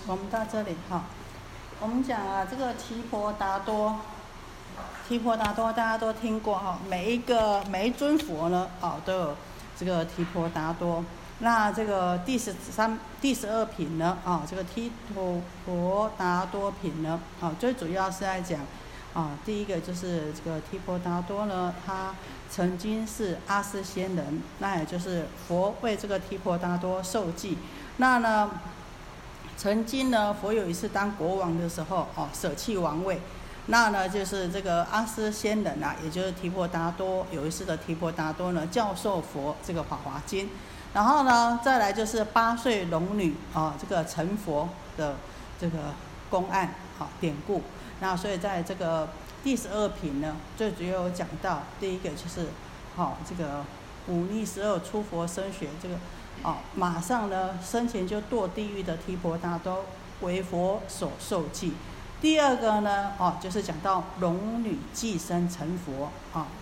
我们到这里哈，我们讲啊，这个提婆达多大家都听过哈，每一尊佛呢，都有这个提婆达多。那这个第12品呢，这个提婆达多品呢，最主要是在讲第一个就是这个提婆达多呢，他曾经是阿斯仙人，那也就是佛为这个提婆达多受记。那呢，曾经呢，佛有一次当国王的时候，舍弃王位。那呢，就是这个阿斯仙人啊，也就是提婆达多，有一次的提婆达多呢，教授佛这个《法华经》。然后呢，再来就是8岁龙女这个成佛的这个公案典故。那所以在这个第12品呢，最主要有讲到第一个就是这个忤逆12出佛身血这个马上呢生前就堕地狱的提婆达多为佛所受记。第二个呢就是讲到龙女寄生成佛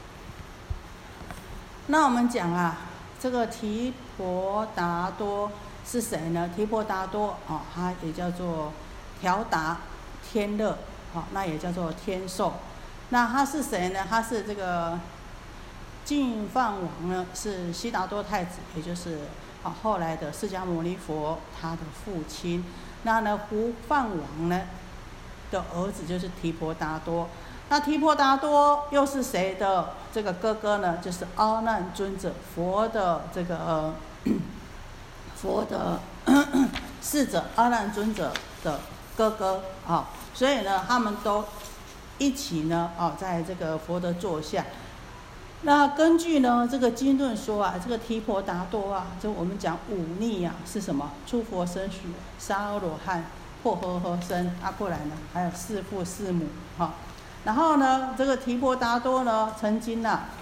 那我们讲这个提婆达多是谁呢？提婆达多他也叫做调达天乐那也叫做天寿。那他是谁呢？他是这个净饭王呢，是悉达多太子，也就是后来的释迦牟尼佛他的父亲。那呢，胡饭王呢的儿子就是提婆达多。那提婆达多又是谁的这个哥哥呢？就是阿难尊者，佛的这个佛的侍者阿难尊者的哥哥所以呢，他们都一起呢在这个佛的座下。那根据呢这个经论说这个提婆达多就我们讲忤逆是什么？出佛身许沙阿罗汉，破和合身过来呢还有弑父弑母然后呢，这个提婆达多呢，曾经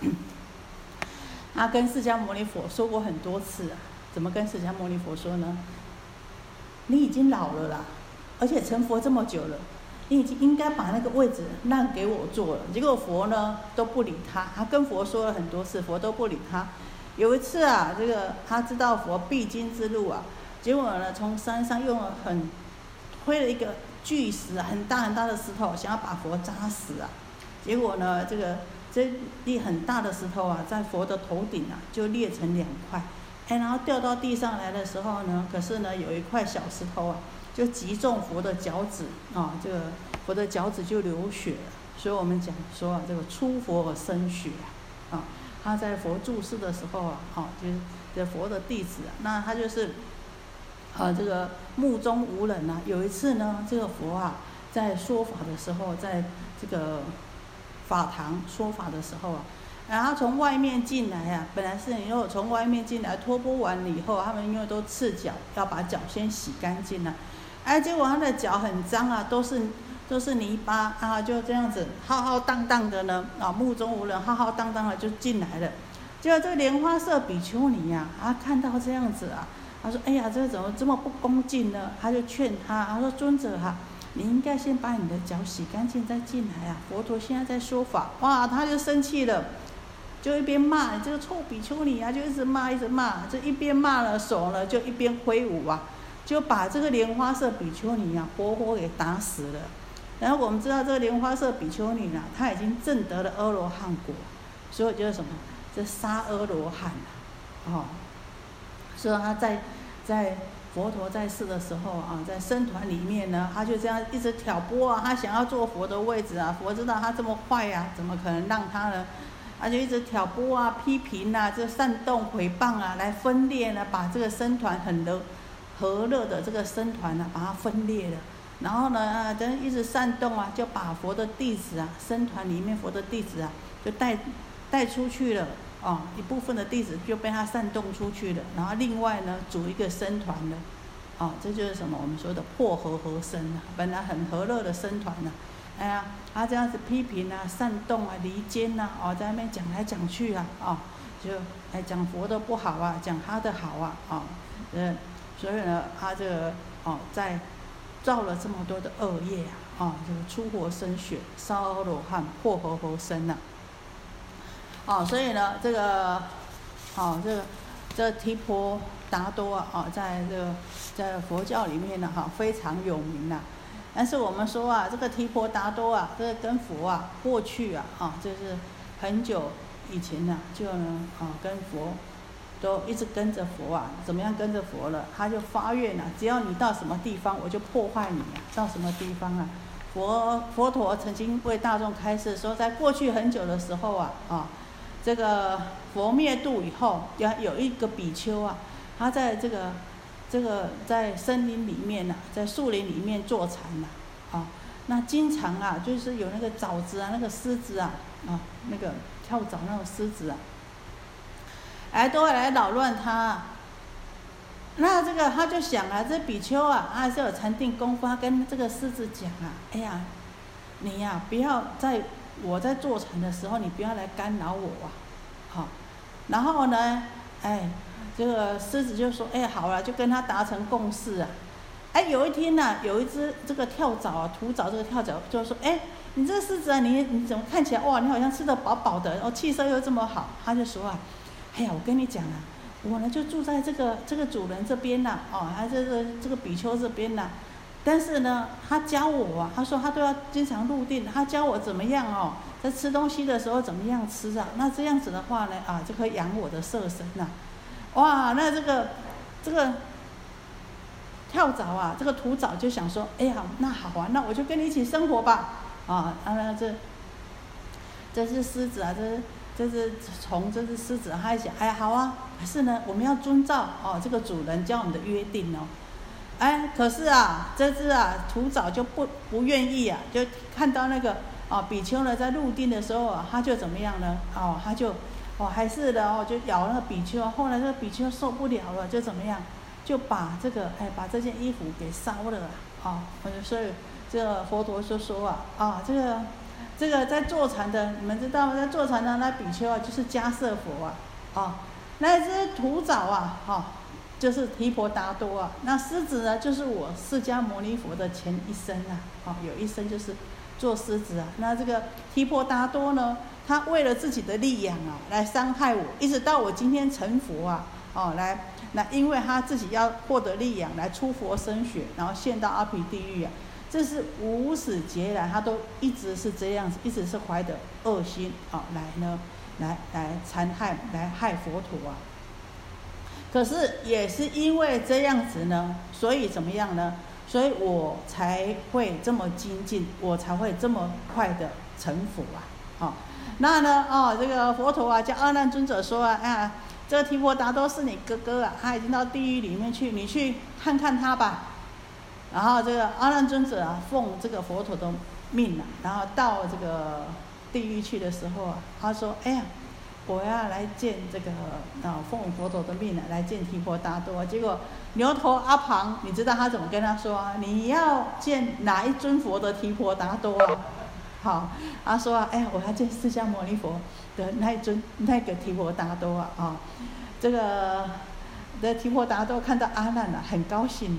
他跟释迦牟尼佛说过很多次怎么跟释迦牟尼佛说呢？你已经老了啦，而且成佛这么久了，你已经应该把那个位置让给我坐了。结果佛呢都不理他，他跟佛说了很多次，佛都不理他。有一次这个他知道佛必经之路结果呢从山上用了推了一个巨石很大很大的石头，想要把佛扎死结果呢这粒很大的石头在佛的头顶就裂成2块，然后掉到地上来的时候呢，可是呢有一块小石头就击中佛的脚趾这个佛的脚趾就流血了。所以我们讲说这个出佛而生血他在佛住世的时候就是这佛的弟子那他就是这个目中无人有一次呢，这个佛在说法的时候，在这个法堂说法的时候然后从外面进来本来是你如果从外面进来托钵完了以后，他们因为都赤脚，要把脚先洗干净结果他的脚很脏都是泥巴就这样子浩浩荡荡的呢目中无人，浩浩荡荡的就进来了。结果这个莲花色比丘尼看到这样子他说：“哎呀，这怎么这么不恭敬呢？”他就劝他说：“尊者你应该先把你的脚洗干净再进来佛陀现在在说法。”哇，他就生气了，就一边骂你这个臭比丘尼就一直骂，这一边骂了手呢，就一边挥舞就把这个莲花色比丘尼活活给打死了。然后我们知道这个莲花色比丘尼他已经证得了阿罗汉果，所以就是什么？这沙阿罗汉所以他在佛陀在世的时候在僧团里面呢，他就这样一直挑拨他想要坐佛的位置佛知道他这么坏怎么可能让他呢？他就一直挑拨批评这煽动毁谤来分裂把这个僧团很和乐的这个僧团把它分裂了。然后呢等一直煽动就把佛的弟子僧团里面佛的弟子就带出去了一部分的弟子就被他煽动出去了，然后另外呢组一个僧团了这就是什么我们说的破和合僧本来很和乐的僧团他这样子批评煽动离间在那边讲来讲去就讲佛的不好讲他的好所以呢他这个在造了这么多的恶业这个出活生血烧阿罗汉破和合僧所以呢这个这提婆达多在佛教里面呢非常有名啊。但是我们说这个提婆达多这个跟佛过去就是很久以前就跟佛都一直跟着佛怎么样跟着佛了？他就发愿只要你到什么地方，我就破坏你到什么地方佛陀曾经为大众开示说，在过去很久的时候这个佛灭度以后，有一个比丘他在这个在森林里面在树林里面坐禅那经常就是有那个沼泽那个狮子那个跳蚤那种狮子都会来扰乱他。那这个他就想这比丘还是有禅定功夫，他跟这个狮子讲哎呀，你不要我在坐禅的时候，你不要来干扰我然后呢，这个狮子就说，好了，就跟他达成共识有一天有一只这个跳蚤土蚤，这个跳蚤就说，你这个狮子你怎么看起来你好像吃得饱饱的，气色又这么好。他就说哎呀，我跟你讲我呢就住在这个主人这边还这个比丘这边但是呢，他教我他说他都要经常入定，他教我怎么样在吃东西的时候怎么样吃那这样子的话呢就可以养我的色身哇，那这个跳蚤这个土蚤就想说，那好那我就跟你一起生活吧这只狮子这只虫，这只狮子他还想，好可是呢，我们要遵照这个主人教我们的约定可是这只土蚤就不愿意就看到那个比丘呢在入定的时候他就怎么样呢他就还是的就咬那个比丘。后来这个比丘受不了了，就怎么样，就把这件衣服给烧了所以这个佛陀就说这个在坐禅的，你们知道吗？在坐禅的那比丘就是迦叶佛那只土蚤就是提婆达多那狮子呢，就是我释迦牟尼佛的前一生有一生就是做狮子那这个提婆达多呢，他为了自己的利养来伤害我，一直到我今天成佛来因为他自己要获得利养，来出佛身血，然后陷到阿毗地狱这是无始劫来他都一直是这样子，一直是怀着恶心来残害，来害佛陀可是也是因为这样子呢，所以怎么样呢？所以我才会这么精进，我才会这么快的成佛那呢这个佛陀叫阿难尊者说这个提婆达多是你哥哥他已经到地狱里面去，你去看看他吧。然后这个阿难尊者奉这个佛陀的命然后到这个地狱去的时候他说我要来见这个奉佛陀的命来见提婆达多。结果牛头阿旁，你知道他怎么跟他说你要见哪一尊佛的提婆达多好，他说我要见释迦牟尼佛的那个提婆达多这个的提婆达多看到阿难很高兴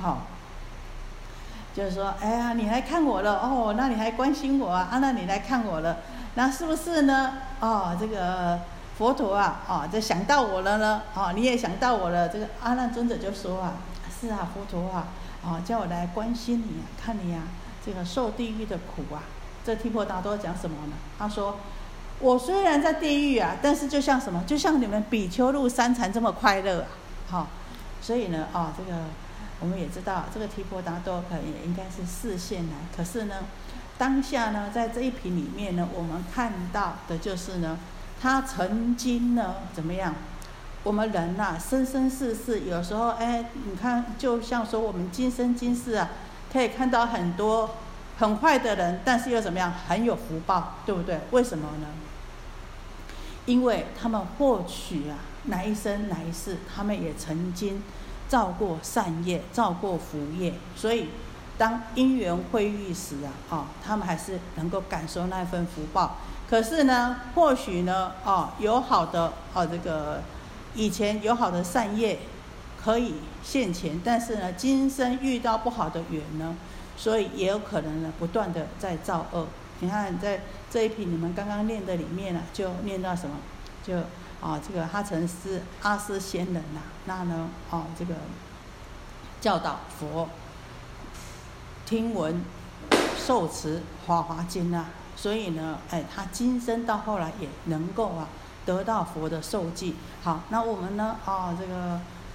就是说你来看我了那你还关心我阿难你来看我了，那是不是呢这个佛陀这想到我了呢你也想到我了。这个阿难尊者就说是佛陀叫我来关心你看你这个受地狱的苦这提婆达多讲什么呢？他说我虽然在地狱但是就像什么，就像你们比丘入三禅这么快乐所以呢这个我们也知道这个提婆达多可能也应该是示现来，可是呢当下呢在这一品里面呢，我们看到的就是呢他曾经呢怎么样，我们人生生世世有时候你看就像说我们今生今世可以看到很多很坏的人，但是又怎么样，很有福报，对不对？为什么呢？因为他们或许哪一生哪一世他们也曾经造过善业，造过福业，所以当因缘会遇时他们还是能够感受那份福报。可是呢或许呢有好的这个以前有好的善业可以现前，但是呢今生遇到不好的缘呢，所以也有可能呢不断的在造恶。你看在这一品你们刚刚念的里面就念到什么，就这个他曾是阿斯仙人呐，那呢这个教导佛听闻受持法华经啊，所以呢他今生到后来也能够得到佛的受记。好，那我们呢这个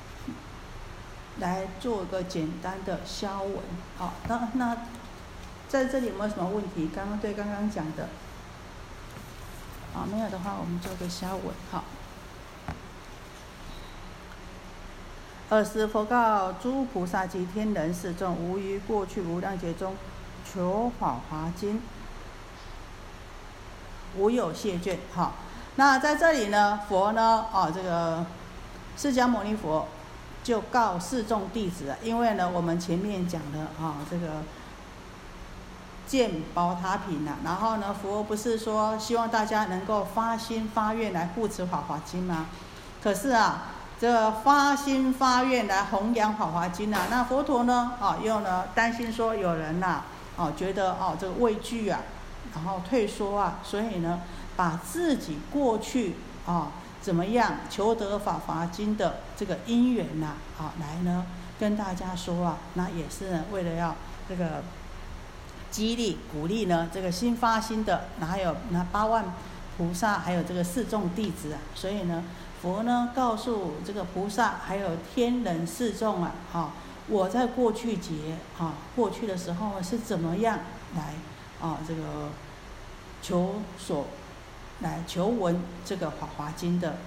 来做一个简单的消文。好，那在这里有没有什么问题？刚刚讲的没有的话我们做个消文。好，尔时佛告诸菩萨及天人世众，无于过去无量劫中求法华经，无有谢卷。好，那在这里呢，佛呢这个释迦牟尼佛就告四众弟子因为呢我们前面讲的这个见宝塔品然后呢佛不是说希望大家能够发心发愿来护持法华经吗？可是这个发心发愿来弘扬法华经那佛陀呢又呢担心说有人觉得这个畏惧然后退缩所以呢把自己过去怎么样求得法华经的这个因缘来呢跟大家说那也是呢为了要这个激励鼓励呢这个新发心的，还有那8万菩萨，还有这个四众弟子所以呢佛呢告诉这个菩萨还有天人世众我在过去劫过去的时候是怎么样来这个来求闻这个法华经的。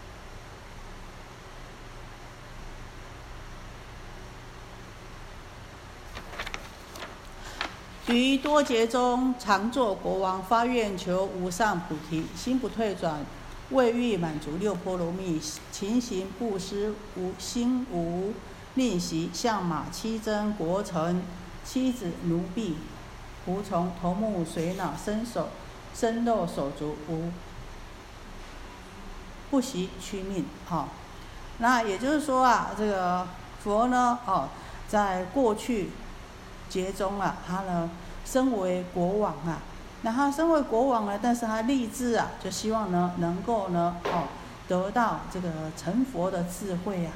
于多劫中常作国王，发愿求无上菩提，心不退转，为欲满足六波罗蜜，勤行布施，心无吝惜，象马七珍国城，妻子奴婢仆从，头目水脑，身肉手足，无不惜屈命。那也就是说这个佛呢在过去劫中他呢身为国王那他身为国王但是他立志就希望呢能够呢得到这个成佛的智慧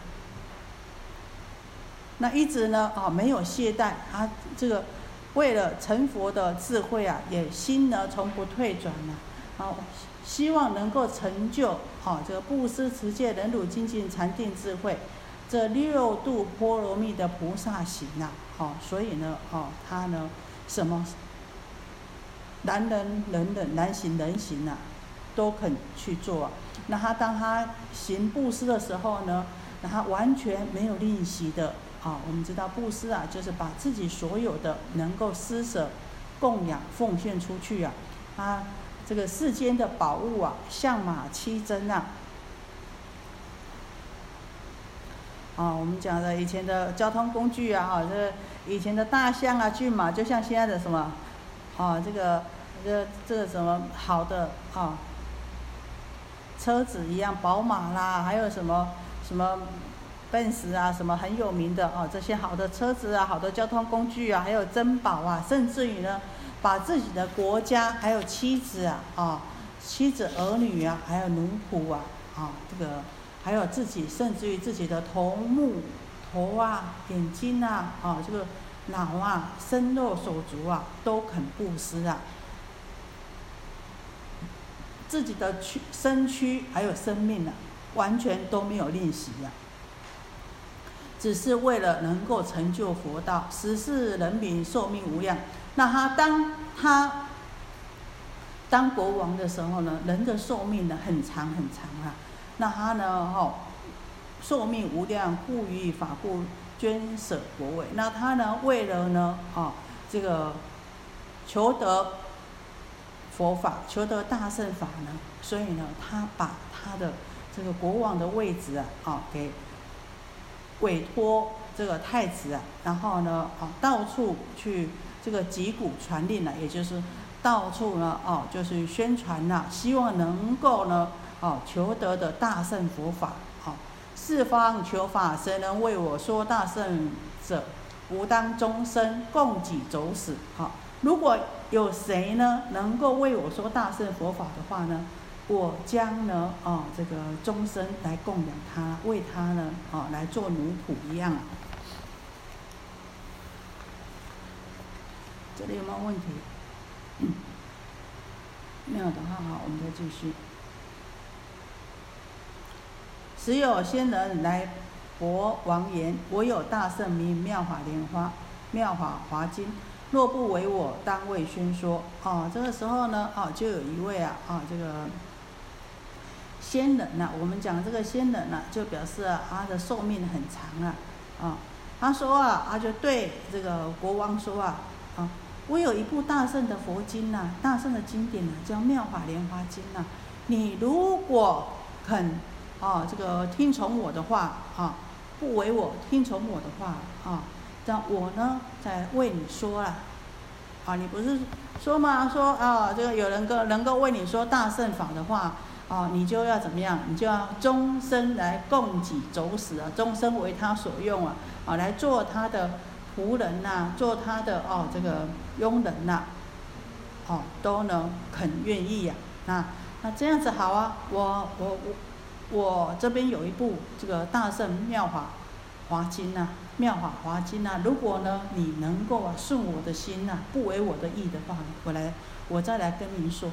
那一直呢没有懈怠，他这个为了成佛的智慧也心呢从不退转希望能够成就这个布施持戒忍辱精进禅定智慧这六度波罗蜜的菩萨行所以呢他呢什么难人能忍，难行能行都肯去做那他当他行布施的时候呢，那他完全没有吝惜的我们知道布施就是把自己所有的能够施舍供养奉献出去他这个世间的宝物象马七珍我们讲的以前的交通工具这以前的大象骏马，就像现在的什么这个什么好的车子一样，宝马啦，还有什么奔驰什么很有名的这些好的车子好的交通工具还有珍宝甚至于呢把自己的国家还有妻子妻子儿女还有奴仆这个还有自己甚至于自己的头眼睛这个脑身肉手足都肯布施自己的身躯还有生命完全都没有吝惜只是为了能够成就佛道，十世人民寿命无量。那他当国王的时候呢，人的寿命呢很长很长那他呢寿命无量，故于法故捐舍国位。那他呢为了呢这个求得佛法，求得大乘法呢，所以呢他把他的这个国王的位置给委托这个太子然后呢到处去这个击鼓传令也就是到处呢就是宣传希望能够呢求得的大乘佛法四方求法，谁能为我说大乘者，吾当终身供给走死。如果有谁呢能够为我说大乘佛法的话呢， 我将呢这个终身来供养他，为他呢来做奴仆一样。这里有没有问题？没有的话，好，我们再继续。时有仙人来博王言：我有大圣名妙法莲花，妙法华经，若不为我，当为宣说。这个时候呢，就有一位这个仙人我们讲这个仙人就表示他的寿命很长他说他就对这个国王说我有一部大圣的佛经大圣的经典叫《妙法莲华经》你如果肯这个听从我的话不为我，听从我的话那我呢再为你说你不是说吗？说这个有人能够为你说大圣法的话你就要怎么样？你就要终身来供给走死终身为他所用来做他的仆人做他的这个佣人都能肯愿意那这样子好我这边有一部这个大圣妙法华经妙法华经如果呢你能够顺我的心不为我的意的话，我再来跟您说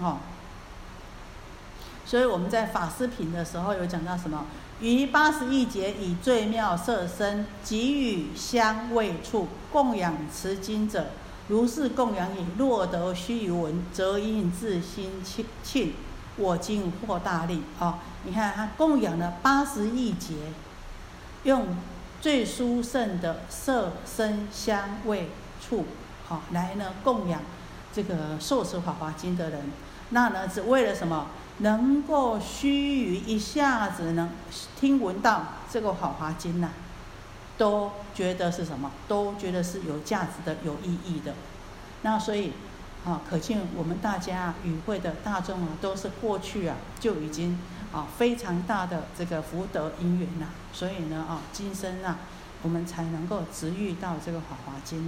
所以我们在法师品的时候有讲到什么？于81节以最妙色身，给予香味触，供养持经者，如是供养也。若得须臾闻，则应自心庆，我今获大利你看他供养了81节，用最殊胜的色身香味触来呢供养这个受持法华经的人。那呢只为了什么？能够须臾一下子能听闻到这个法华经都觉得是什么？都觉得是有价值的、有意义的。那所以可见我们大家与会的大众都是过去就已经非常大的这个福德因缘所以呢今生我们才能够直遇到这个法华经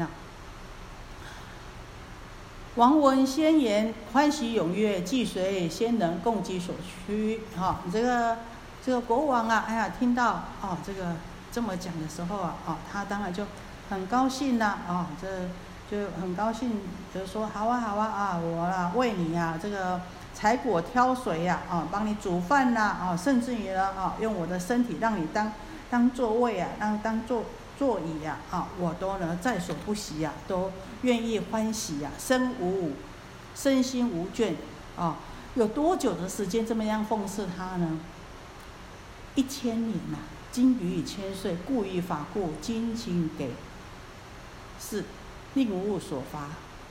王闻仙言，欢喜踊跃，即随仙人共给所需。这个国王听到这个这么讲的时候他当然就很高兴这就很高兴，就说好我为你这个采果挑水帮你煮饭甚至于用我的身体让你当座位当座椅我都呢在所不惜都愿意欢喜身心无倦有多久的时间这么样奉侍他呢？1000年今予以千岁，故于法故，今请给是令无物所发。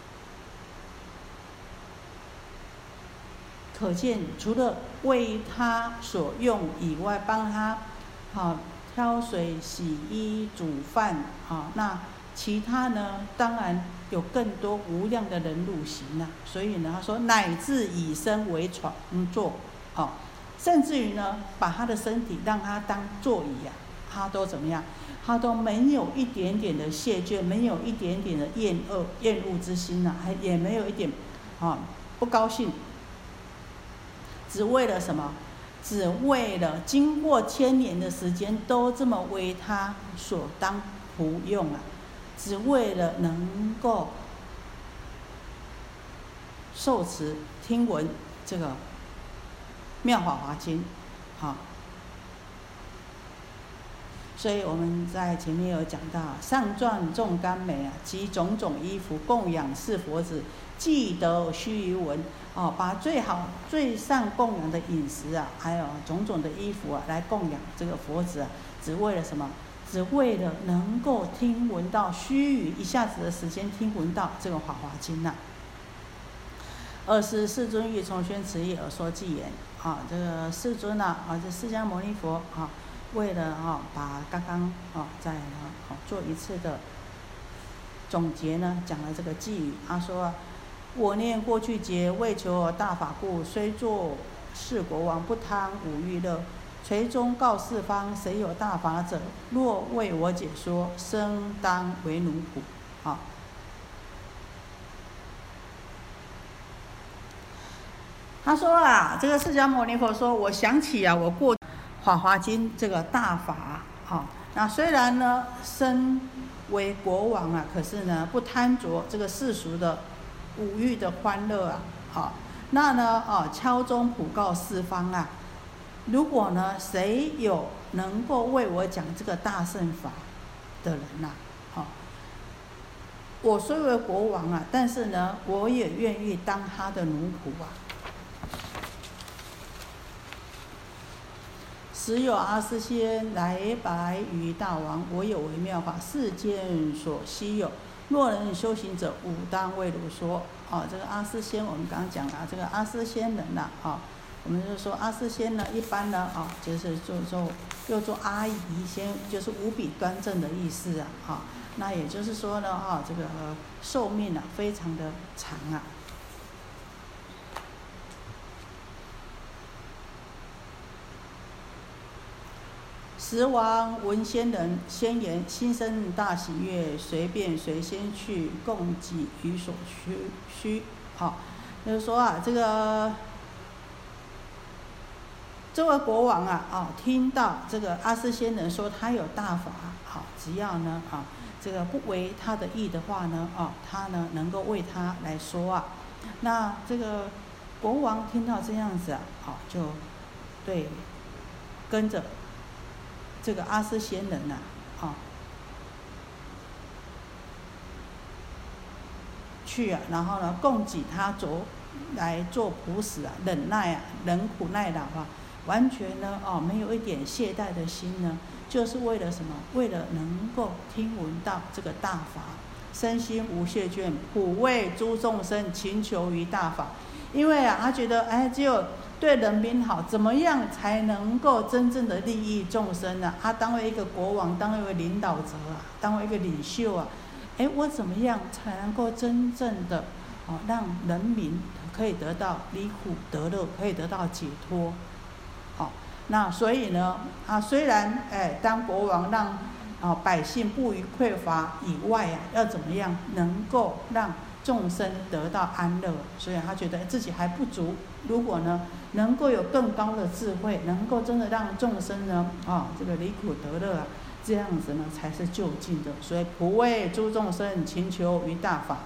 可见除了为他所用以外，帮他挑水、洗衣、煮饭那其他呢当然有更多无量的人路行所以呢他说乃至以身为床坐甚至于呢把他的身体让他当座椅他都怎么样？他都没有一点点的谢倦，没有一点点的厌恶之心也没有一点不高兴，只为了什么？只为了经过1000年的时间都这么为他所当仆用只为了能够受持听闻这个妙法华经所以我们在前面有讲到上撰众甘美及种种衣服供养是佛子，既得须臾闻把最好最上供养的饮食还有种种的衣服来供养这个佛子只为了什么？只为了能够听闻到须臾一下子的时间听闻到这个法华经尔时世尊欲从宣此意而说偈言这个世尊这释迦牟尼佛为了把刚刚再做一次的总结呢，讲了这个偈语。他说我念过去劫为求大法故，虽作是国王，不贪五欲乐。垂中告四方，谁有大法者？若为我解说，生当为奴仆。 他说啊，这个释迦牟尼佛说，我想起啊，我过《法华经》这个大法，那虽然呢身为国王啊，可是呢不贪着这个世俗的五欲的欢乐啊，那呢敲钟普告四方啊，如果呢谁有能够为我讲这个大乘法的人我虽为国王啊，但是呢我也愿意当他的奴仆啊。时有阿私仙来白于大王，我有为妙法，世间所稀有。若人修行者，吾当为汝说。这个阿私仙，我们刚刚讲了，这个阿私仙人我们就说阿私仙呢，一般呢就是又做阿姨仙，就是无比端正的意思那也就是说呢这个寿命非常的长时王闻仙人先言，心生大喜悦，随便随仙去，供给于所需。就是说这位国王听到这个阿私仙人说他有大法只要呢这个不违他的意的话呢他呢能够为他来说那这个国王听到这样子就对跟着这个阿私仙人去然后呢供给他来做仆使忍耐忍苦耐劳完全呢没有一点懈怠的心呢，就是为了什么？为了能够听闻到这个大法，身心无懈倦，普为诸众生勤求于大法。因为他觉得只有对人民好，怎么样才能够真正的利益众生呢？他当为一个国王，当为一个领导者当为一个领袖我怎么样才能够真正的让人民可以得到离苦得乐，可以得到解脱？那所以呢虽然当国王让百姓不于匮乏以外要怎么样能够让众生得到安乐？所以他觉得自己还不足，如果呢能够有更高的智慧，能够真的让众生呢这个离苦得乐这样子呢才是究竟的。所以普为诸众生勤求于大法。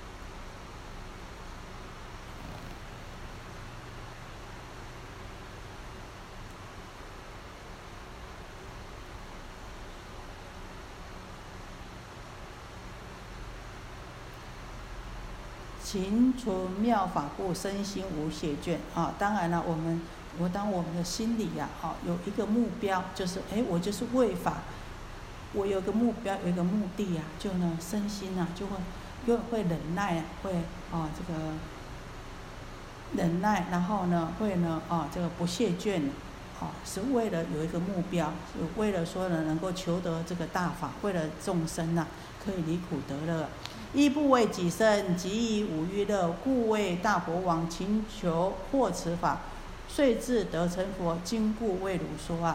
勤存妙法故，身心无懈倦当然了，当我们的心里有一个目标，就是我就是为法，我有个目标，有一个目的就呢身心就会忍耐会这个忍耐，然后呢会呢这个不懈倦是为了有一个目标，为了说呢能够求得这个大法，为了众生可以离苦得乐。亦不为己身，即以五欲乐，故为大国王勤求获此法，遂至得成佛。今故为汝说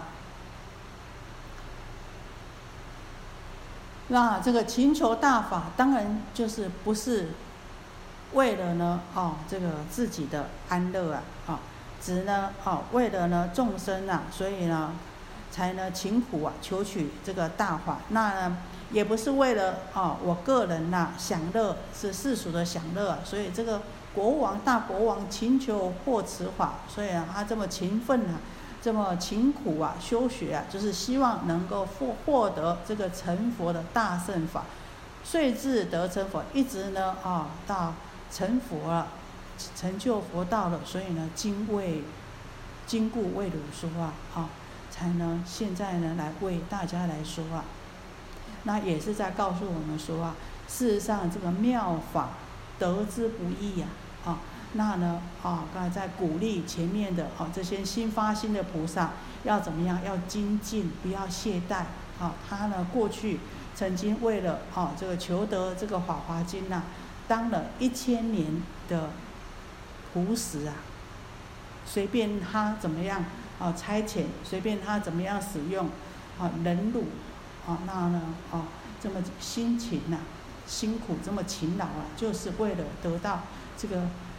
那这个勤求大法，当然就是不是为了呢这个自己的安乐只呢为了呢众生所以呢才呢勤苦求取这个大法。那呢也不是为了我个人享乐，是世俗的享乐所以这个大国王勤求获此法，所以他这么勤奋这么勤苦修学就是希望能够获得这个成佛的大乘法，遂至得成佛，一直呢到成佛了，成就佛道了。所以呢今故为汝说才能现在呢来为大家来说那也是在告诉我们说事实上这个妙法得之不易那呢刚才在鼓励前面的这些新发心的菩萨要怎么样，要精进，不要懈怠他呢过去曾经为了这个求得这个法华经当了1000年的仆使随便他怎么样差遣，随便他怎么样使用忍辱那呢这么辛勤辛苦，这么勤劳就是为了得到这个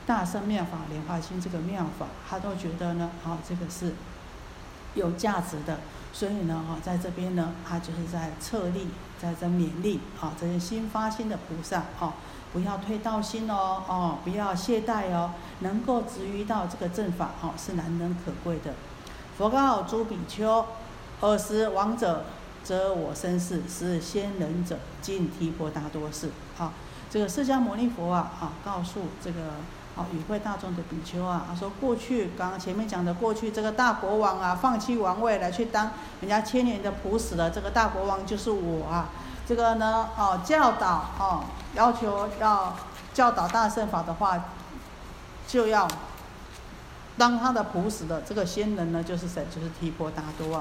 大乘妙法莲华经这个妙法，他都觉得呢，这个是有价值的，所以呢，在这边呢，他就是在策励，在这勉励这些新发心的菩萨不要退道心不要懈怠能够执于到这个正法是难能可贵的。佛告诸比丘：尔时亡者，则我身世，是先人者，尽提婆达多世。这个释迦牟尼佛告诉这个与会大众的比丘他说过去刚刚前面讲的过去这个大国王放弃王位来去当人家千年的仆死了，这个大国王就是我这个呢教导要求要教导大乘法的话，就要当他的仆死的这个仙人呢，就是谁？就是提婆达多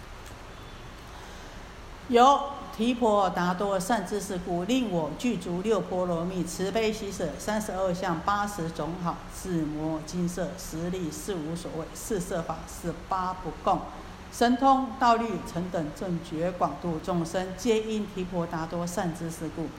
有提婆达多善知识故，令我具足六波罗蜜，慈悲喜舍32相80种好，四摩金色十力是无所谓，四摄法18不共，神通道律成等正觉，广度众生，皆因提婆达多善知识故。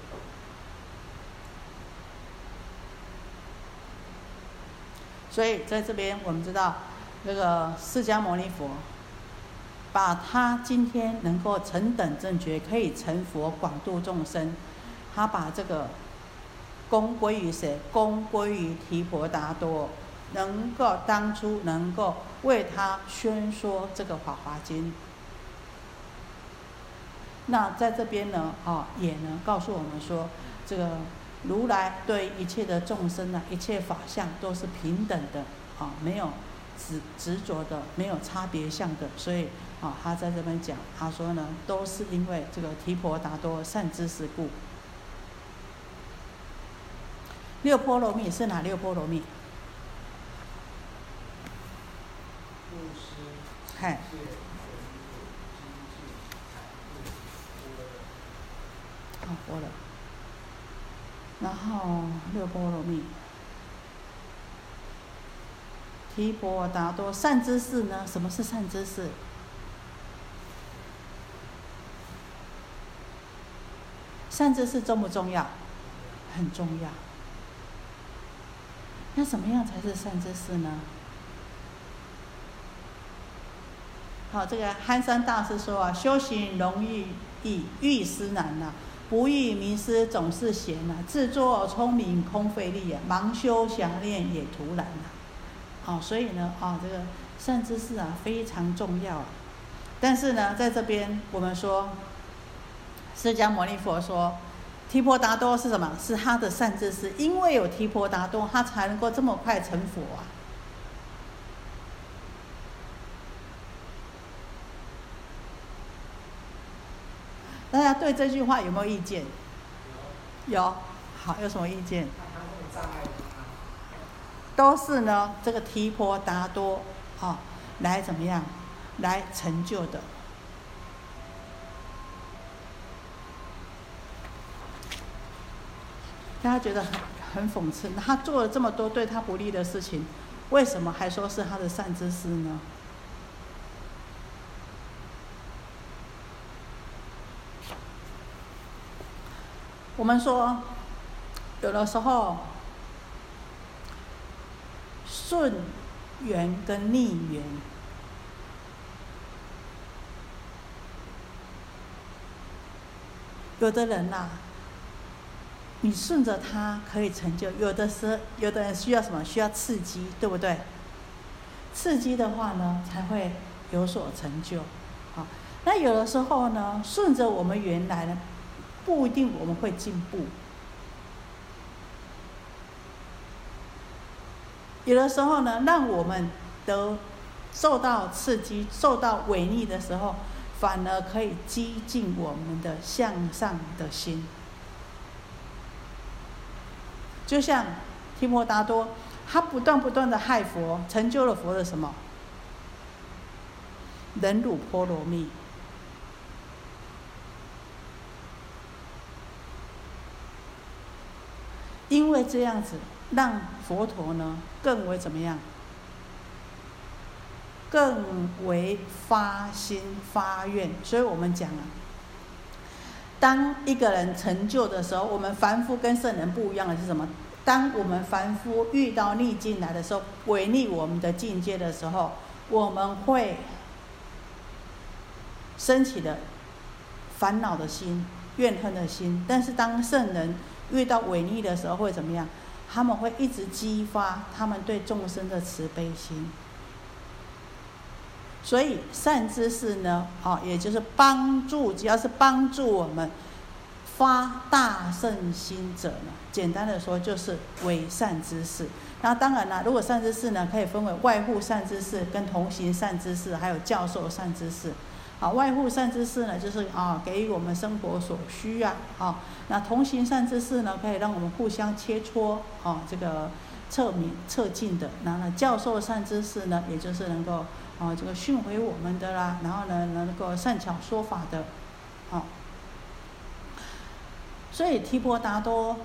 所以在这边我们知道，这个释迦牟尼佛把他今天能够成等正觉，可以成佛广度众生，他把这个功归于谁？功归于提婆达多，能够当初能够为他宣说这个《法华经》。那在这边呢，也能告诉我们说，这个如来对一切的众生一切法相都是平等的没有执着的，没有差别相的。所以他在这边讲，他说呢，都是因为这个提婆达多善知识故。六波罗蜜是哪六波罗蜜？嗨。波罗。然后六波罗蜜，提婆达多善知识呢？什么是善知识？善知识重不重要？很重要。那什么样才是善知识呢？这个憨山大师说修行容易易思难不遇迷失总是闲自作聪明空费力盲修详练也徒然所以呢这个善知识非常重要但是呢，在这边我们说，释迦牟尼佛说，提婆达多是什么？是他的善知识，因为有提婆达多，他才能够这么快成佛大家对这句话有没有意见？有。好，有什么意见？都是呢，这个提婆达多来怎么样？来成就的。大家觉得很讽刺，他做了这么多对他不利的事情，为什么还说是他的善知识呢？我们说，有的时候顺缘跟逆缘，有的人你顺着他可以成就，有的人需要什么？需要刺激，对不对？刺激的话呢，才会有所成就。那有的时候呢，顺着我们原来呢，不一定我们会进步。有的时候呢，让我们受到刺激、受到违逆的时候，反而可以激进我们的向上的心。就像提婆达多，他不断的害佛，成就了佛的什么？忍辱波罗蜜。因为这样子，让佛陀呢更为怎么样？更为发心发愿。所以我们讲当一个人成就的时候，我们凡夫跟圣人不一样的是什么？ 当我们凡夫遇到逆境来的时候，违逆我们的境界的时候，我们会升起的烦恼的心、怨恨的心。但是当圣人遇到违逆的时候，会怎么样？他们会一直激发他们对众生的慈悲心。所以善知识呢，也就是帮助，只要是帮助我们发大圣心者呢，简单的说就是为善知识。那当然啦，如果善知识呢，可以分为外护善知识、跟同行善知识，还有教授善知识。外护善知识呢，就是给予我们生活所需那同行善知识呢，可以让我们互相切磋这个测进的。然后呢，教授善知识呢，也就是能够这个训诲我们的啦，然后呢能够善巧说法的所以提婆达多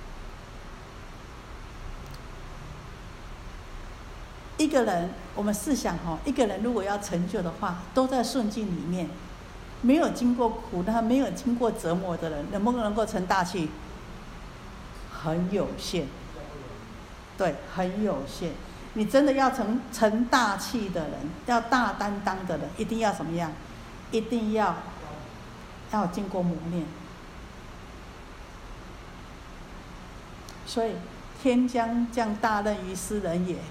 一个人，我们试想一个人如果要成就的话，都在顺境里面，没有经过苦难、没有经过折磨的人，能不能够成大器？很有限，对，很有限。你真的要成大器的人，要大担当的人，一定要怎么样？一定要经过磨练。所以天将降大任于斯人也，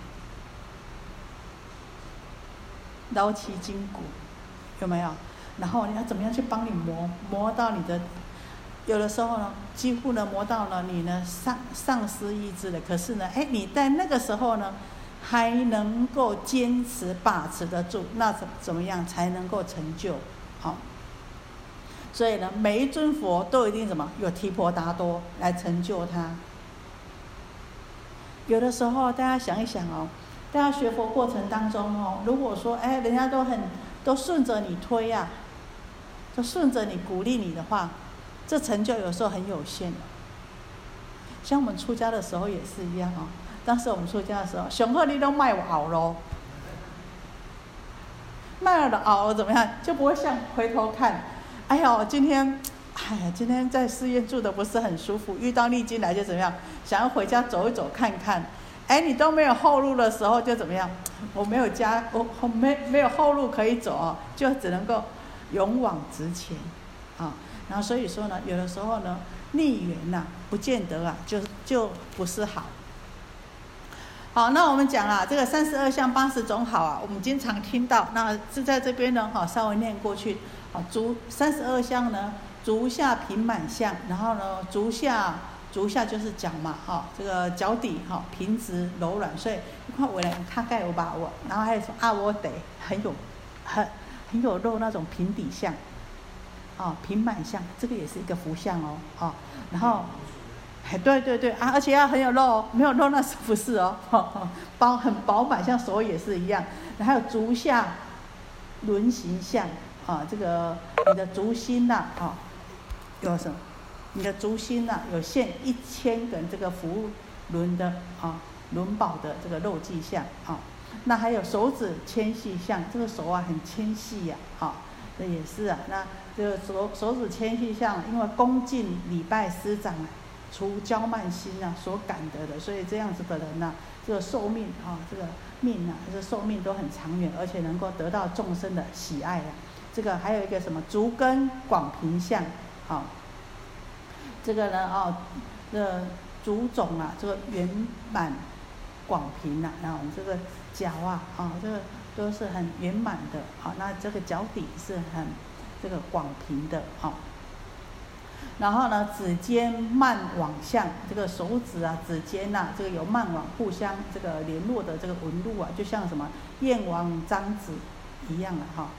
劳其筋骨，有没有？然后你要怎么样去帮你磨到你的？有的时候呢，几乎呢磨到了你呢丧失意志了。可是呢，你在那个时候呢，还能够坚持把持得住，那怎么样才能够成就？所以呢，每一尊佛都一定什么？有提婆达多来成就他。有的时候大家想一想大家学佛过程当中如果说人家都顺着你推都顺着你鼓励你的话，这成就有时候很有限的。像我们出家的时候也是一样当时我们出家的时候，上好你都卖我熬咯，卖了熬怎么样，就不会像回头看，今天在寺院住的不是很舒服，遇到逆境来就怎么样，想要回家走一走看看。你都没有后路的时候就怎么样？我没有没有后路可以走就只能够勇往直前然后所以说呢，有的时候呢，逆缘不见得就不是好。好，那我们讲这个32相80种好我们经常听到，那是在这边呢稍微念过去。32相呢，足下平满相，然后呢，足下就是脚嘛这个脚底平直柔软，所以你看我来大概有把握。然后还有说我得很有肉那种平底相平满相，这个也是一个福相然后对而且要很有肉没有肉那是不是很饱满，像手也是一样。还有足下轮形相这个你的足心有什么？你的足心有现1000根这个福轮的轮宝的这个肉髻相那还有手指纤细相，这个手很纤细这也是那这个手指纤细相，因为恭敬礼拜师长除骄慢心所感得的，所以这样子的人这个寿命这个命这个寿命都很长远，而且能够得到众生的喜爱这个还有一个什么足根广平相这个呢这个足种这个圆满广平然后这个脚这个都是很圆满的那这个脚底是很这个广平的然后呢，指尖慢网相，这个手指指尖这个有慢网互相这个联络的这个纹路就像什么燕王张子一样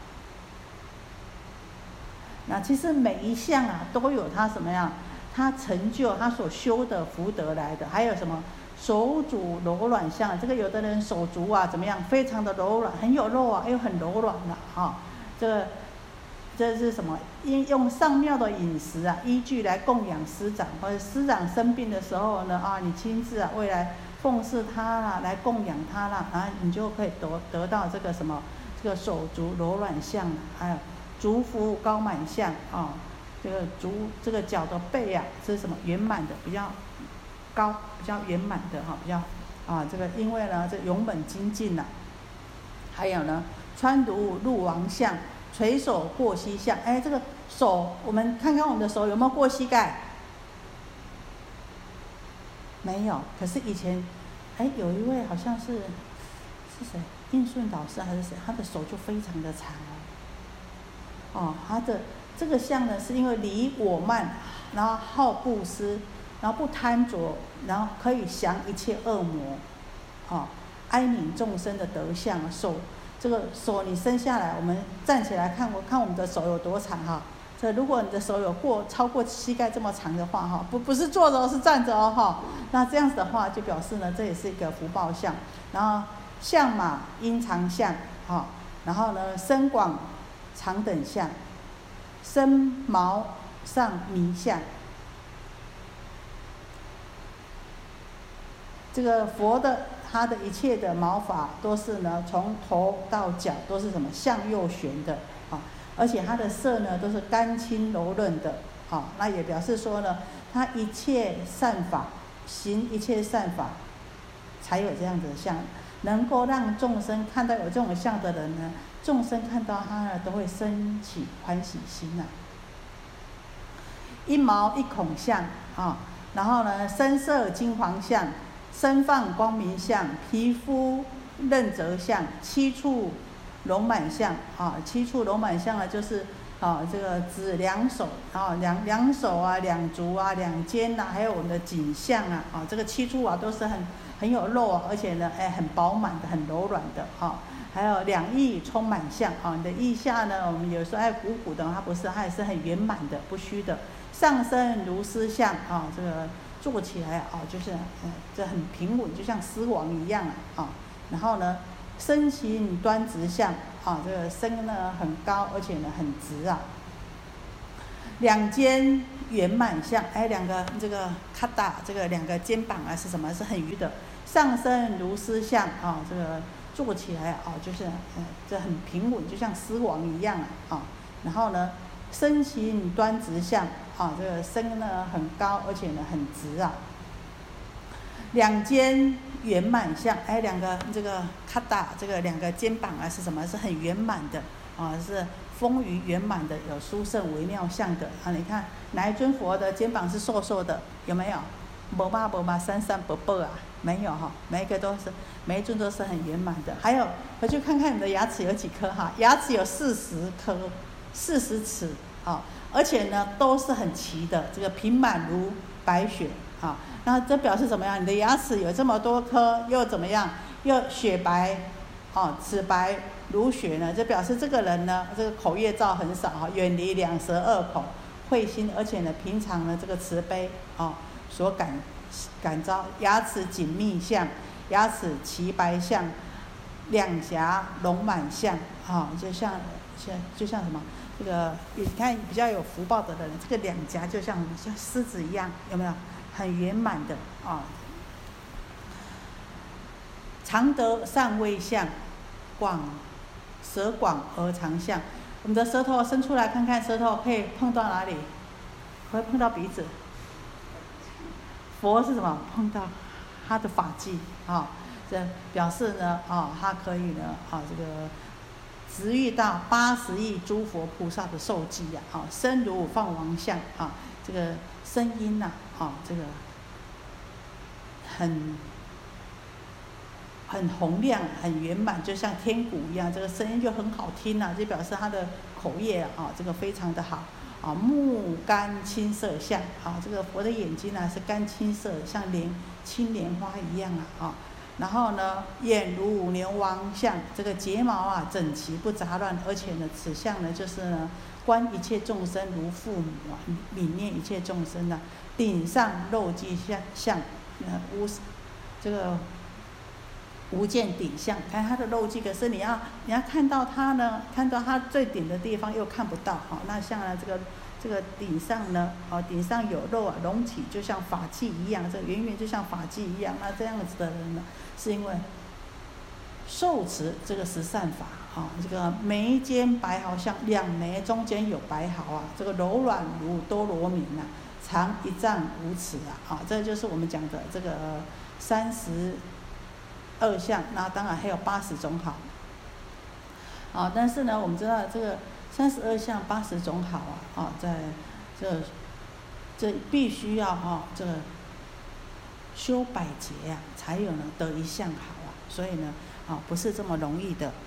那其实每一项都有它什么样，它成就他所修的福德来的。还有什么手足柔软相，这个有的人手足怎么样，非常的柔软，很有肉又很柔软的这是什么？用上妙的饮食依据来供养师长，或者师长生病的时候呢你亲自未来奉侍他来供养他然后你就可以得到这个什么这个手足柔软相还有足腹高满相这个这个脚的背是什么圆满的，比较高、比较圆满的哈，比较这个因为呢这勇猛精进呐，还有呢穿如鹿王相，垂手过膝相。哎，这个手我们看看我们的手有没有过膝盖？没有。可是以前有一位好像是谁，应顺老师还是谁，他的手就非常的长他的这个相呢，是因为离我慢，然后好布施，然后不贪着，然后可以降一切恶魔，哀悯众生的德相。手这个手你伸下来，我们站起来看我们的手有多长哈。这如果你的手有超过膝盖这么长的话不是坐着是站着那这样子的话就表示呢这也是一个福报相。然后相马阴长相然后呢身广长等相，身毛上弥相。这个佛的他的一切的毛发都是呢从头到脚都是什么向右旋的而且他的色呢都是甘清柔润的那也表示说呢他一切善法行一切善法才有这样子的相，能够让众生看到有这种相的人呢，众生看到他呢都会升起欢喜心一毛一孔相然后呢身色金黄相，身放光明相，皮肤润泽相，七处龙满相七处龙满相呢就是这个指两手两手两足两肩还有我们的颈项这个七处都是很有肉而且呢很饱满的，很柔软的还有两翼充满相你的腋下呢，我们有时候鼓鼓的，它不是，它也是很圆满的，不虚的。上身如狮相这个坐起来就是这很平稳，就像狮王一样然后呢身形端直相这个身呢很高，而且呢很直两肩圆满相，两个这个咔哒，这个两个肩膀是什么？是很圆的。上身如狮相这个坐起来就是这很平稳，就像狮王一样然后呢身形端直相这个身呢很高，而且呢很直两肩圆满相，两个这个咔哒，这个两个肩膀是什么？是很圆满的是丰腴圆满的，有殊胜微妙相的你看哪一尊佛的肩膀是瘦瘦的？有没有？没嘛，三薄薄没有每一个都是，每一尊都是很圆满的。还有回去看看你的牙齿有几颗牙齿有40颗，40齿而且呢都是很齐的，这个平满如白雪那这表示怎么样？你的牙齿有这么多颗，又怎么样？又雪白齿白如雪呢？这表示这个人呢，这个口业障很少远离两舌恶口，慧心，而且呢平常呢这个慈悲所感召。牙齿紧密相，牙齿齐白相，两颊隆满相就像什么？这个你看比较有福报的人，这个两颊就像狮子一样，有没有？很圆满的常得上位相，舌广而长相。我们的舌头伸出来看看，舌头可以碰到哪里？会碰到鼻子。佛是什么？碰到他的法际这表示呢他可以呢这个直遇到80亿诸佛菩萨的受记身如放王相这个声音这个很洪亮，很圆满，就像天鼓一样，这个声音就很好听就表示他的口业这个非常的好目甘青色相这个佛的眼睛是甘青色，像青莲花一样然后呢眼如牛王相，这个睫毛整齐不杂乱，而且呢此相呢就是呢观一切众生如父母悯念一切众生顶上肉髻相这个无见顶相，看他的肉髻，可是你要看到他呢，看到他最顶的地方又看不到那像呢这个顶上呢顶上有肉隆起，就像法器一样，这个圆圆就像法器一样。那这样子的人呢，是因为受持这个十善法这个眉间白毫相，两眉中间有白毫这个柔软如多罗明长1丈5尺这就是我们讲的这个32相，那当然还有80种好。但是呢，我们知道这个32相80种好在这必须要这个修百劫才有能得一相好所以呢不是这么容易的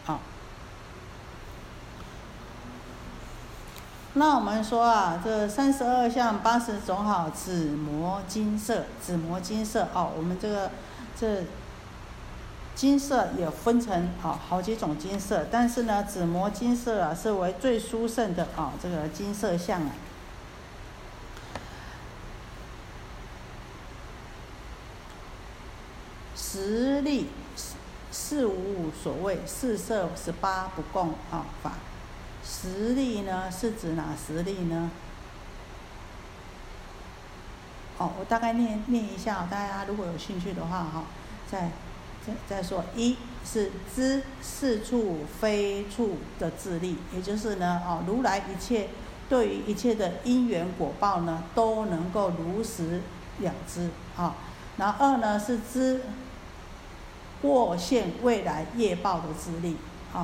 那我们说这32相80种好，紫磨金色，我们这金色也分成好几种金色，但是呢，紫磨金色是为最殊胜的这个金色相十力四无所谓，四摄18不共法。十力呢是指哪十力呢？我大概念一下，大家如果有兴趣的话再说。一是知四处非处的自力，也就是呢如来一切对于一切的因缘果报呢都能够如实了知然后二呢是知过现未来业报的自力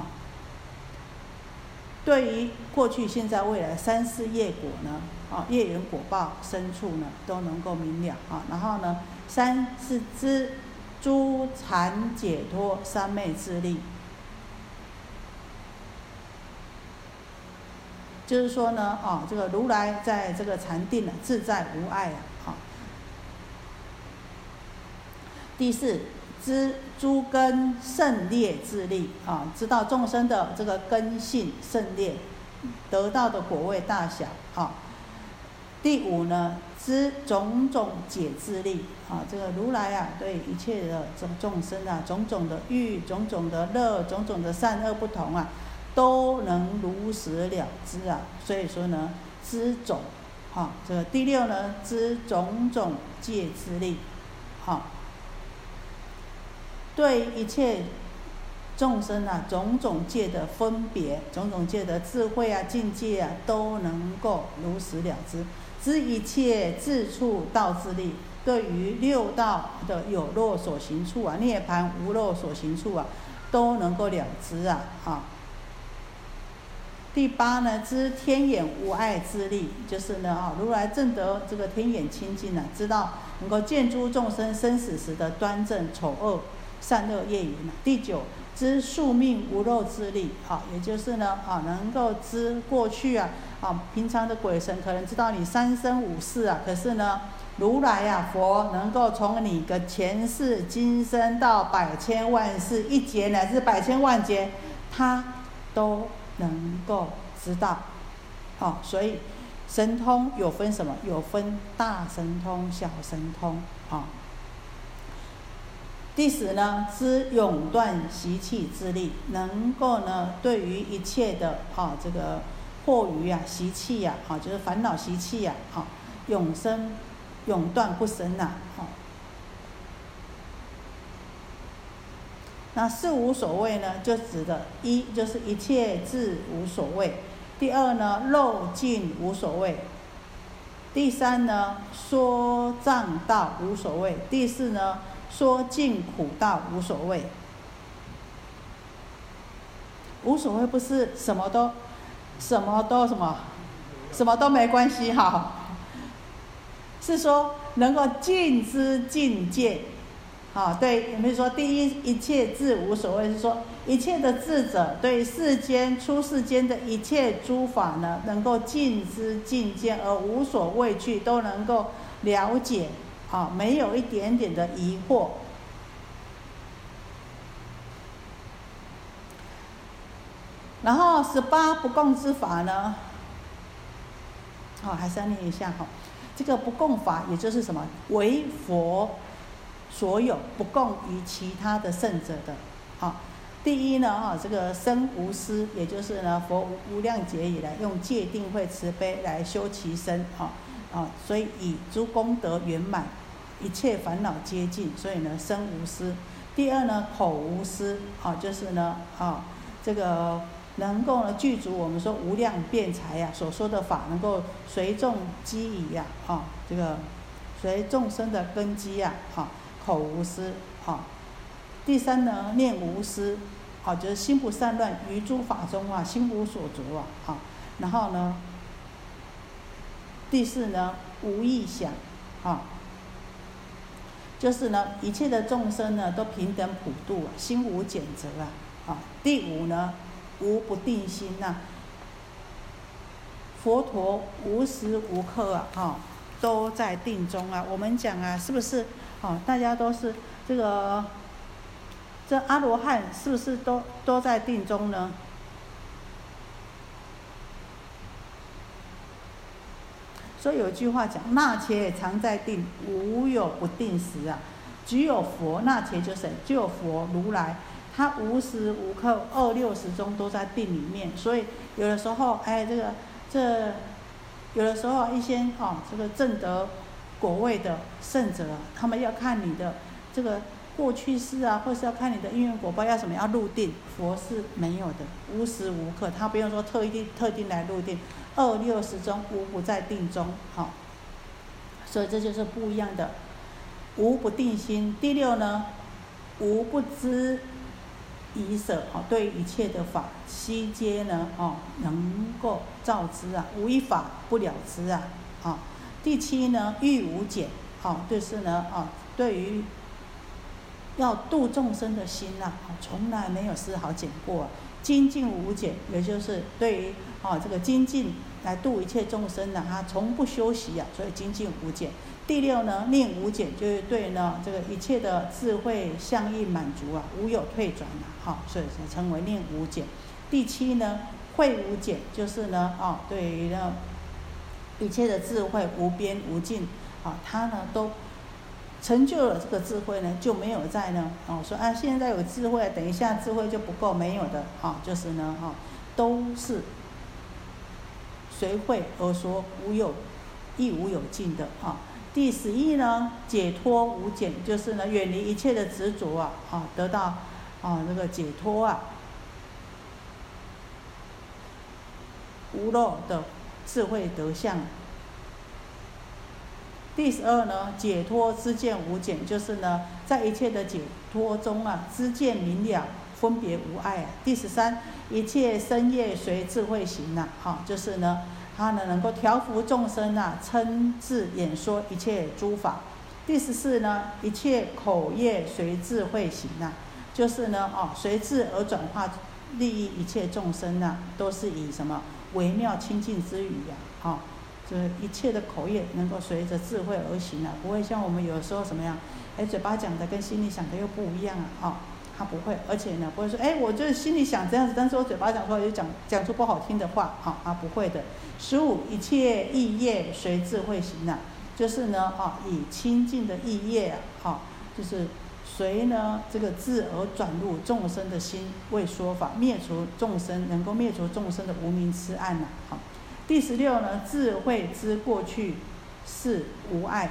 对于过去、现在、未来3世业果呢业缘果报深处呢都能够明了然后呢三是知诸禅解脱三昧自力，就是说呢这个如来在这个禅定自在无碍第四知诸根胜劣自力知道众生的这个根性胜劣，得到的果位大小第五呢知种种解自力这个如来对一切的众生种种的欲、种种的乐、种种的善恶不同都能如实了知所以说呢知种这个第六呢知种种戒自力对一切众生种种界的分别、种种界的智慧境界都能够如实了知，知一切自处道自力，对于六道的有漏所行处涅槃无漏所行处都能够了知第八呢知天眼无碍自力，就是呢如来证得这个天眼清净知道能够见诸众生生死时的端正丑恶善恶业缘第九知宿命无漏自力也就是呢能够知过去平常的鬼神可能知道你3生5世可是呢如来佛能够从你的前世今生到百千万世一劫乃至百千万劫，他都能够知道所以神通有分什么？有分大神通、小神通第十呢知永断习气之力，能够呢对于一切的这个惑于习气就是烦恼习气永断不生那四无所谓呢就指的一就是一切智无所谓，第二呢漏尽无所谓，第三呢说障道无所谓，第四呢说尽苦道无所谓。无所谓不是什么都没关系是说能够尽知尽见对，有没有说第一切智无所谓，是说一切的智者对世间出世间的一切诸法呢能够尽知尽见而无所畏惧，都能够了解没有一点点的疑惑。然后18不共之法呢还是要念一下这个不共法也就是什么？为佛所有，不共于其他的圣者的第一呢这个身无私，也就是呢佛无量劫以来用戒定慧慈悲来修其身所以以诸功德圆满，一切烦恼皆尽，所以呢身无私。第二呢口无私就是呢这个能够呢具足我们说无量辩才所说的法能够随众机宜这个随众生的根基啊，口无私，第三呢，念无私，就是心不散乱，于诸法中啊，心无所着啊，然后呢，第四呢，无异想，就是呢，一切的众生呢都平等普度，心无减责啊。第五呢，无不定心呐。佛陀无时无刻都在定中啊。我们讲啊，是不是大家都是这阿罗汉是不是都在定中呢？所以有一句话讲，那且常在定，无有不定时啊。只有佛，那且就是谁？只有佛如来，他无时无刻260中都在定里面。所以有的时候，有的时候一些这个证得果位的圣者啊，他们要看你的这个过去世啊，或是要看你的因缘果报，要什么要入定。佛是没有的，无时无刻，他不用说特定来入定，260中无不在定中，所以这就是不一样的。无不定心。第六呢，无不知已舍，对一切的法悉皆呢能够照知啊，无一法不了知啊。第七呢，欲无减，就是呢对于要度众生的心从来没有丝毫减过，精进无减，也就是对于这个精进来度一切众生他从不休息所以精进无减。第六呢，念无减，就是对呢这个一切的智慧相应满足无有退转所以才称为念无减。第七呢，慧无减，就是呢对于呢一切的智慧无边无尽他呢都成就了这个智慧呢，就没有在呢说现在有智慧，等一下智慧就不够，没有的就是呢都是随慧而说，亦无有尽的第11呢，解脱无减，就是呢远离一切的执着得到这个解脱无漏的智慧德相。第12呢，解脱知见无减，就是呢在一切的解脱中知见明了，分别无碍第13，一切身业随智慧行就是呢他呢能够调伏众生称字演说一切诸法。第14呢，一切口业随智慧行就是呢随智而转化利益一切众生都是以什么微妙清净之语就是一切的口业能够随着智慧而行不会像我们有时候什么样嘴巴讲的跟心里想的又不一样他不会，而且呢不会说我就是心里想这样子，但是我嘴巴讲出来就讲出不好听的话他不会的。15，一切意业随智慧行就是呢以清净的意业就是随呢这个智而转入众生的心为说法，灭除众生，能够灭除众生的无明痴暗第16呢，智慧知过去是无碍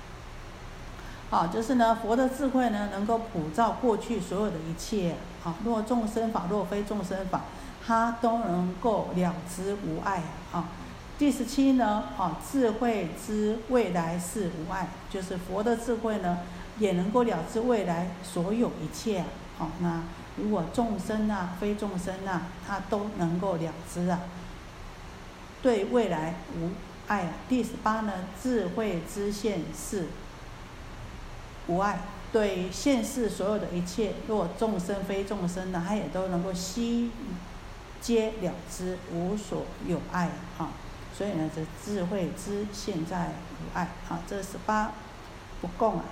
就是呢佛的智慧呢能够普照过去所有的一切若众生法若非众生法，他都能够了知无碍第17呢智慧知未来是无碍，就是佛的智慧呢也能够了知未来所有一切那如果众生非众生他都能够了知对未来无碍第18呢，智慧知现世无碍，对现世所有的一切，若众生非众生他也都能够悉皆了知，无所有碍所以呢，这智慧知现在无碍这18不共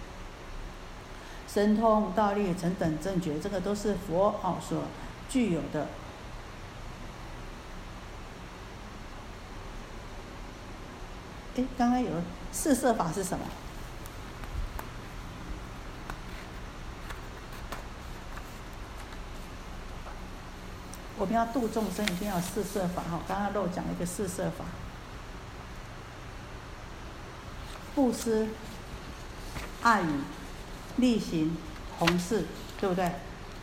神通道力成等正觉，这个都是佛所具有的。刚刚有四摄法是什么？我们要度众生，一定要有四摄法刚刚漏讲了一个四摄法：布施、爱语、力行、弘誓，对不对？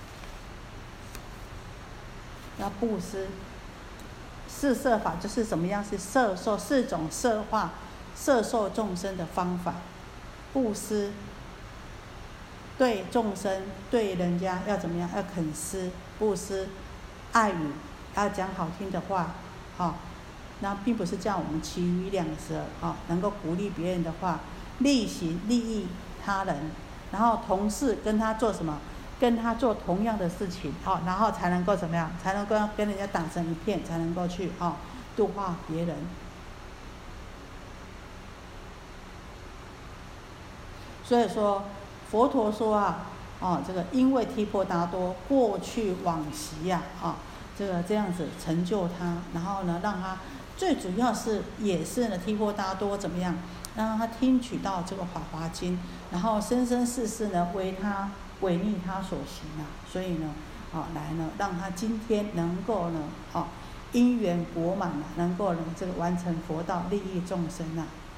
要布施。四摄法就是怎么样？是摄受4种摄化摄受众生的方法，布施，对众生对人家要怎么样？要肯施布施，爱语要讲好听的话，那并不是叫我们其余两舌，能够鼓励别人的话，力行利益他人，然后同事跟他做什么？跟他做同样的事情，然后才能够怎么样？才能够跟人家打成一片，才能够去度化别人。所以说，佛陀说这个因为提婆达多过去往昔这样子成就他，然后呢，让他最主要是也是呢，提婆达多怎么样？让他听取到这个《法华经》，然后生生世世呢违逆他所行所以呢，来呢，让他今天能够呢，因缘果满能够呢这个完成佛道，利益众生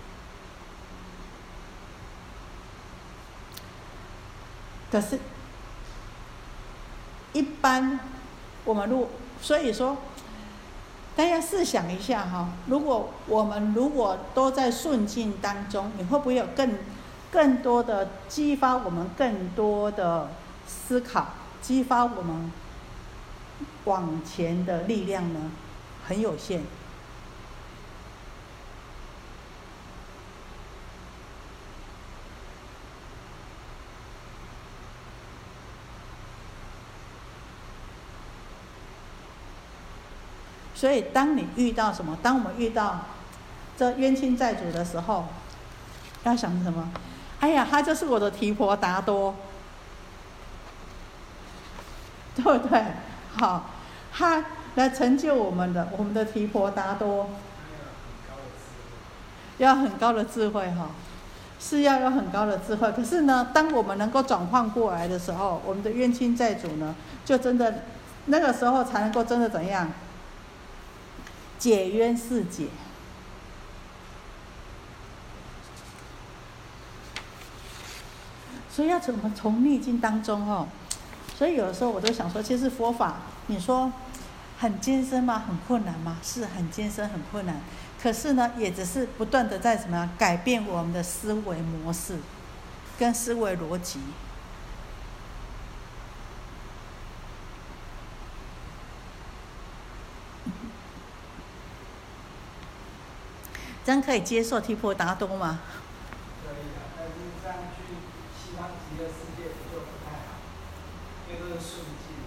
可是，一般我们所以说，大家试想一下如果我们都在顺境当中，你会不会有更多的激发我们更多的思考，激发我们往前的力量呢？很有限。所以当你遇到什么？当我们遇到这冤亲债主的时候，要想什么？哎呀，他就是我的提婆达多，对不对？他来成就我们的提婆达多，要很高的智慧是要有很高的智慧。可是呢，当我们能够转换过来的时候，我们的冤亲债主呢，就真的那个时候才能够真的怎样？解冤释结。所以要怎么从逆境当中所以有的时候我都想说，其实佛法你说很艰深吗？很困难吗？是很艰深很困难，可是呢也只是不断的在怎么样改变我们的思维模式跟思维逻辑。真可以接受提婆达多吗？ 可以的，但是这样去西方极乐世界就不太好，因为都是顺境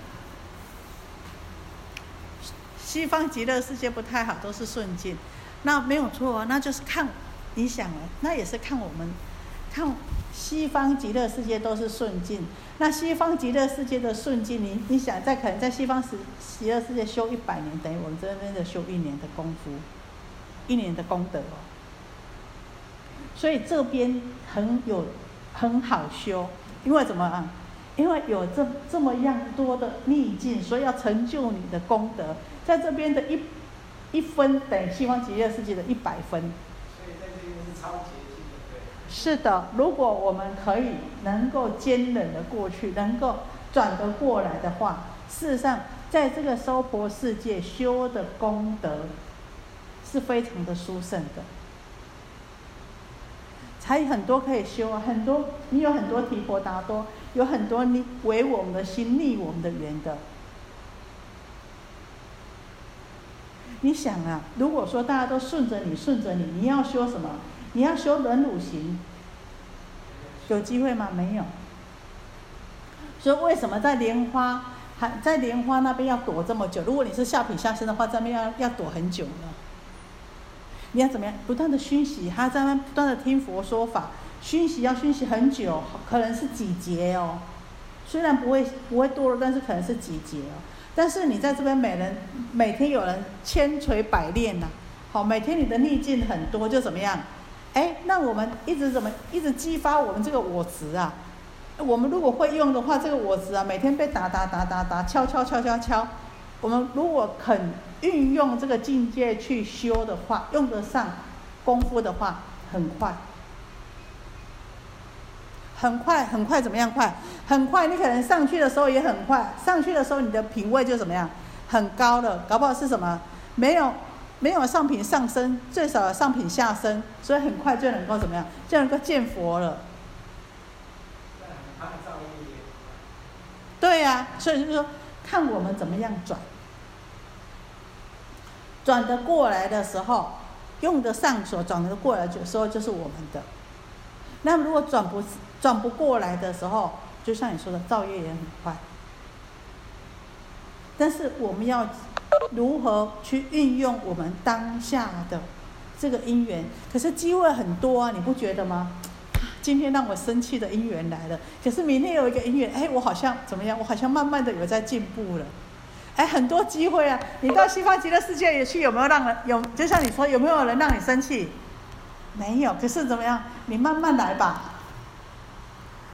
西方极乐世界不太好，都是顺境，那没有错那就是看你想那也是看我们看西方极乐世界都是顺境，那西方极乐世界的顺境，你想可能在西方极乐世界修100年，等于我们这边的修1年的功夫。1年的功德所以这边很好修，因为怎么因为有这么样多的逆境，所以要成就你的功德，在这边的一分等于西方极乐世界的100分。 所以在这边是超捷径的，对。 是的，如果我们可以能够坚忍的过去，能够转得过来的话，事实上在这个娑婆世界修的功德是非常的殊胜的，才很多可以修很多你有很多提婆达多，有很多你违我们的心逆我们的缘的。你想如果说大家都顺着你，你要修什么？你要修忍辱行，有机会吗？没有。所以为什么在莲花那边要躲这么久？如果你是下品下生的话，这边要躲很久呢。你要怎么样？不断的熏习，他在那不断的听佛说法，熏习要熏习很久，可能是几节虽然不会多了，但是可能是几节但是你在这边每天有人千锤百炼每天你的逆境很多，就怎么样？那我们一直激发我们这个我执我们如果会用的话，这个我执每天被打，敲，我们如果肯运用这个境界去修的话，用得上功夫的话，很快怎么样快？很快，你可能上去的时候也很快，上去的时候你的品位就怎么样？很高了，搞不好是什么？没有没有上品上升，最少有上品下升，所以很快就能够怎么样？就能够见佛了。对呀、所以就是说，看我们怎么样转。转得过来的时候，用得上所转得过来的时候，就是我们的。那如果转不过来的时候，就像你说的，造业也很快。但是我们要如何去运用我们当下的这个因缘？可是机会很多啊，你不觉得吗？今天让我生气的因缘来了，可是明天有一个因缘，我好像怎么样？我好像慢慢的有在进步了。很多机会啊！你到西方极乐世界也去，有没有让人有？就像你说，有没有人让你生气？没有。可是怎么样？你慢慢来吧。